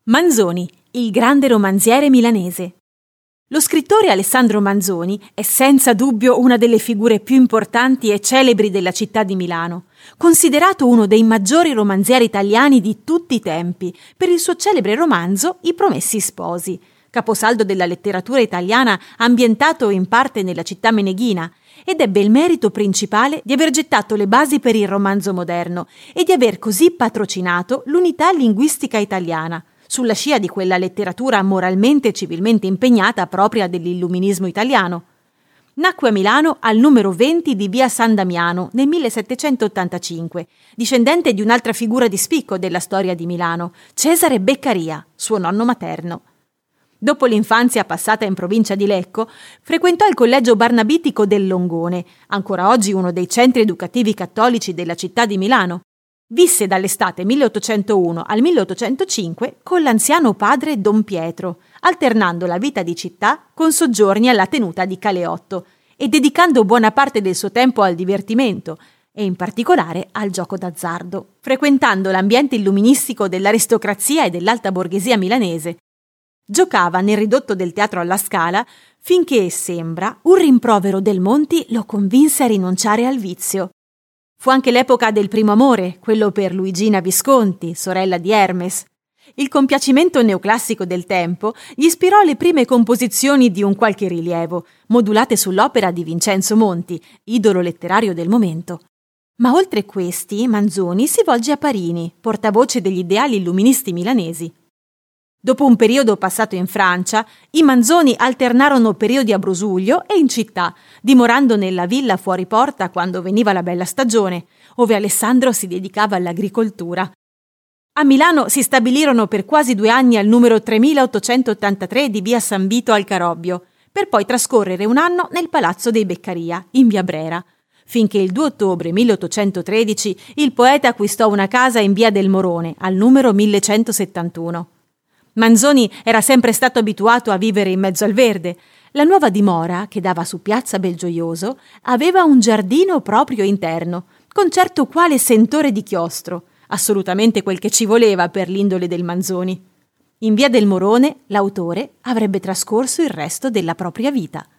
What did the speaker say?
Manzoni, il grande romanziere milanese. Lo scrittore Alessandro Manzoni è senza dubbio una delle figure più importanti e celebri della città di Milano, considerato uno dei maggiori romanzieri italiani di tutti i tempi per il suo celebre romanzo I Promessi Sposi, caposaldo della letteratura italiana ambientato in parte nella città meneghina, ed ebbe il merito principale di aver gettato le basi per il romanzo moderno e di aver così patrocinato l'unità linguistica italiana, sulla scia di quella letteratura moralmente e civilmente impegnata propria dell'illuminismo italiano. Nacque a Milano al numero 20 di via San Damiano nel 1785, discendente di un'altra figura di spicco della storia di Milano, Cesare Beccaria, suo nonno materno. Dopo l'infanzia passata in provincia di Lecco, frequentò il collegio barnabitico del Longone, ancora oggi uno dei centri educativi cattolici della città di Milano. Visse dall'estate 1801 al 1805 con l'anziano padre Don Pietro, alternando la vita di città con soggiorni alla tenuta di Caleotto e dedicando buona parte del suo tempo al divertimento e in particolare al gioco d'azzardo, frequentando l'ambiente illuministico dell'aristocrazia e dell'alta borghesia milanese. Giocava nel ridotto del Teatro alla Scala finché, sembra, un rimprovero del Monti lo convinse a rinunciare al vizio. Fu anche l'epoca del primo amore, quello per Luigina Visconti, sorella di Hermes. Il compiacimento neoclassico del tempo gli ispirò le prime composizioni di un qualche rilievo, modulate sull'opera di Vincenzo Monti, idolo letterario del momento. Ma oltre questi, Manzoni si volge a Parini, portavoce degli ideali illuministi milanesi. Dopo un periodo passato in Francia, i Manzoni alternarono periodi a Brosuglio e in città, dimorando nella villa fuori porta quando veniva la bella stagione, ove Alessandro si dedicava all'agricoltura. A Milano si stabilirono per quasi 2 anni al numero 3883 di via San Vito al Carobbio, per poi trascorrere un anno nel Palazzo dei Beccaria, in via Brera, finché il 2 ottobre 1813 il poeta acquistò una casa in via del Morone, al numero 1171. Manzoni era sempre stato abituato a vivere in mezzo al verde. La nuova dimora, che dava su piazza Belgioioso, aveva un giardino proprio interno, con certo quale sentore di chiostro, assolutamente quel che ci voleva per l'indole del Manzoni. In via del Morone, l'autore avrebbe trascorso il resto della propria vita.